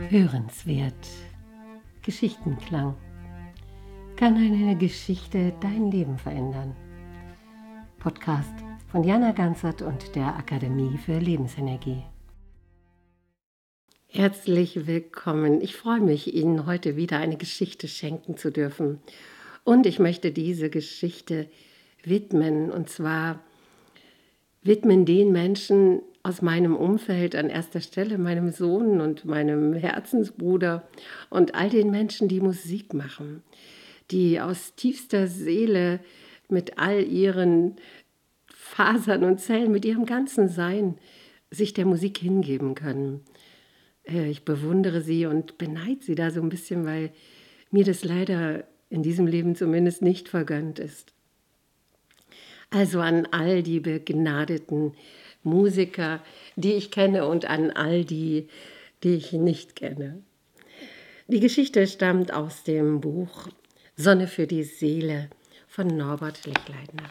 Hörenswert. Geschichtenklang. Kann eine Geschichte dein Leben verändern? Podcast von Jana Ganzert und der Akademie für Lebensenergie. Herzlich willkommen. Ich freue mich, Ihnen heute wieder eine Geschichte schenken zu dürfen. Und ich möchte diese Geschichte widmen, und zwar widmen den Menschen aus meinem Umfeld an erster Stelle, meinem Sohn und meinem Herzensbruder und all den Menschen, die Musik machen, die aus tiefster Seele mit all ihren Fasern und Zellen, mit ihrem ganzen Sein sich der Musik hingeben können. Ich bewundere sie und beneide sie da so ein bisschen, weil mir das leider in diesem Leben zumindest nicht vergönnt ist. Also an all die begnadeten Musiker, die ich kenne, und an all die, die ich nicht kenne. Die Geschichte stammt aus dem Buch Sonne für die Seele von Norbert Lechleitner.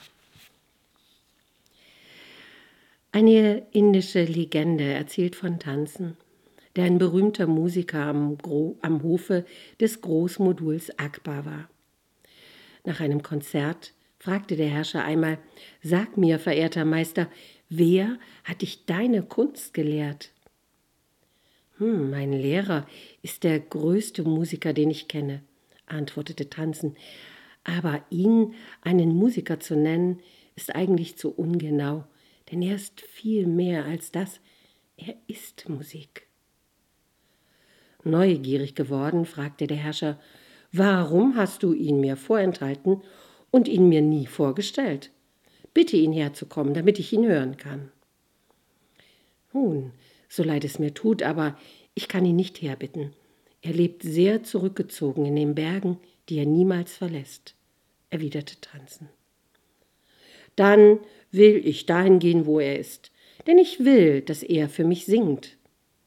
Eine indische Legende erzählt von Tansen, der ein berühmter Musiker am Hofe des Großmoguls Akbar war. Nach einem Konzert fragte der Herrscher einmal: „Sag mir, verehrter Meister, wer hat dich deine Kunst gelehrt?" Mein Lehrer ist der größte Musiker, den ich kenne", antwortete Tanzen. „Aber ihn einen Musiker zu nennen, ist eigentlich zu ungenau, denn er ist viel mehr als das. Er ist Musik." Neugierig geworden, fragte der Herrscher: „Warum hast du ihn mir vorenthalten und ihn mir nie vorgestellt? Bitte ihn herzukommen, damit ich ihn hören kann." „Nun, so leid es mir tut, aber ich kann ihn nicht herbitten. Er lebt sehr zurückgezogen in den Bergen, die er niemals verlässt", erwiderte Tanzen. „Dann will ich dahin gehen, wo er ist, denn ich will, dass er für mich singt."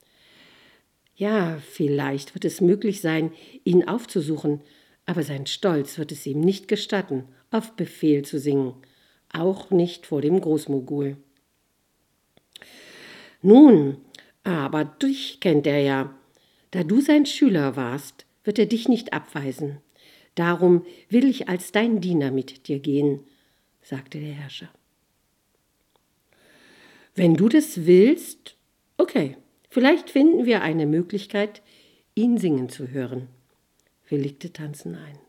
„Ja, vielleicht wird es möglich sein, ihn aufzusuchen, aber sein Stolz wird es ihm nicht gestatten, auf Befehl zu singen, auch nicht vor dem Großmogul." „Nun, aber dich kennt er ja. Da du sein Schüler warst, wird er dich nicht abweisen. Darum will ich als dein Diener mit dir gehen", sagte der Herrscher. „Wenn du das willst, okay, vielleicht finden wir eine Möglichkeit, ihn singen zu hören", willigte Tanzen ein.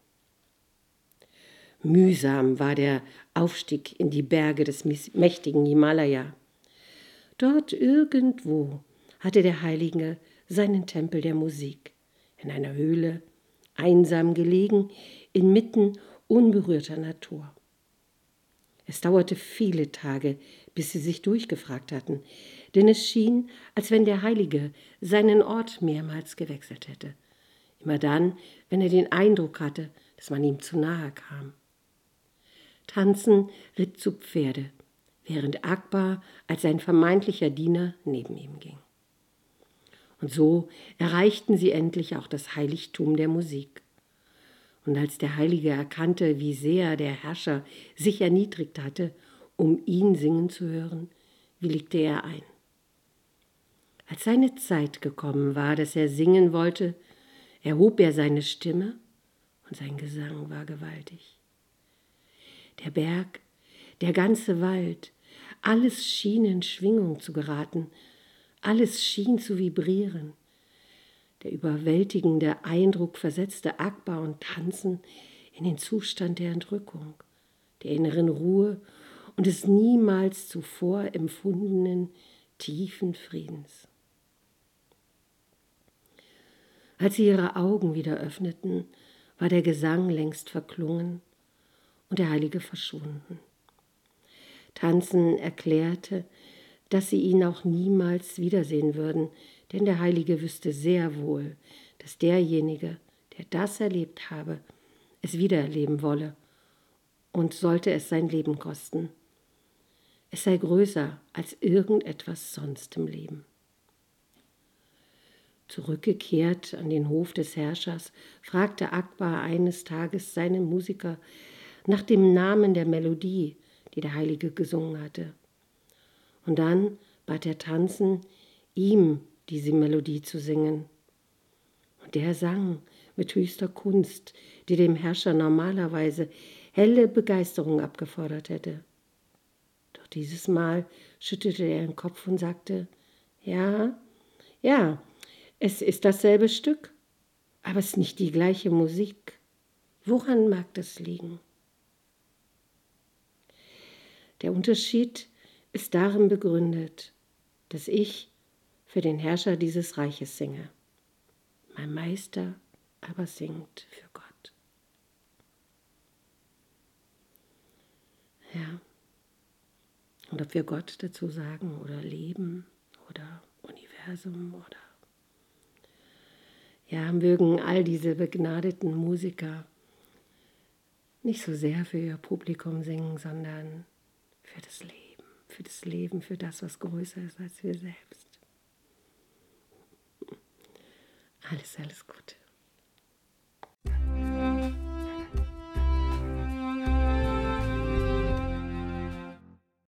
Mühsam war der Aufstieg in die Berge des mächtigen Himalaya. Dort irgendwo hatte der Heilige seinen Tempel der Musik, in einer Höhle, einsam gelegen, inmitten unberührter Natur. Es dauerte viele Tage, bis sie sich durchgefragt hatten, denn es schien, als wenn der Heilige seinen Ort mehrmals gewechselt hätte. Immer dann, wenn er den Eindruck hatte, dass man ihm zu nahe kam. Tanzen ritt zu Pferde, während Akbar als sein vermeintlicher Diener neben ihm ging. Und so erreichten sie endlich auch das Heiligtum der Musik. Und als der Heilige erkannte, wie sehr der Herrscher sich erniedrigt hatte, um ihn singen zu hören, willigte er ein. Als seine Zeit gekommen war, dass er singen wollte, erhob er seine Stimme, und sein Gesang war gewaltig. Der Berg, der ganze Wald, alles schien in Schwingung zu geraten, alles schien zu vibrieren. Der überwältigende Eindruck versetzte Akbar und Tanzen in den Zustand der Entrückung, der inneren Ruhe und des niemals zuvor empfundenen tiefen Friedens. Als sie ihre Augen wieder öffneten, war der Gesang längst verklungen und der Heilige verschwunden. Tanzen erklärte, dass sie ihn auch niemals wiedersehen würden, denn der Heilige wüsste sehr wohl, dass derjenige, der das erlebt habe, es wiedererleben wolle, und sollte es sein Leben kosten. Es sei größer als irgendetwas sonst im Leben. Zurückgekehrt an den Hof des Herrschers, fragte Akbar eines Tages seinen Musiker nach dem Namen der Melodie, die der Heilige gesungen hatte. Und dann bat er Tanzen, ihm diese Melodie zu singen. Und der sang mit höchster Kunst, die dem Herrscher normalerweise helle Begeisterung abgefordert hätte. Doch dieses Mal schüttelte er den Kopf und sagte, ja, ja, es ist dasselbe Stück, aber es ist nicht die gleiche Musik. Woran mag das liegen? Der Unterschied ist darin begründet, dass ich für den Herrscher dieses Reiches singe. Mein Meister aber singt für Gott. Ja. Oder für Gott dazu sagen oder Leben oder Universum oder ja, mögen all diese begnadeten Musiker nicht so sehr für ihr Publikum singen, sondern für das Leben, für das, was größer ist als wir selbst. Alles Gute.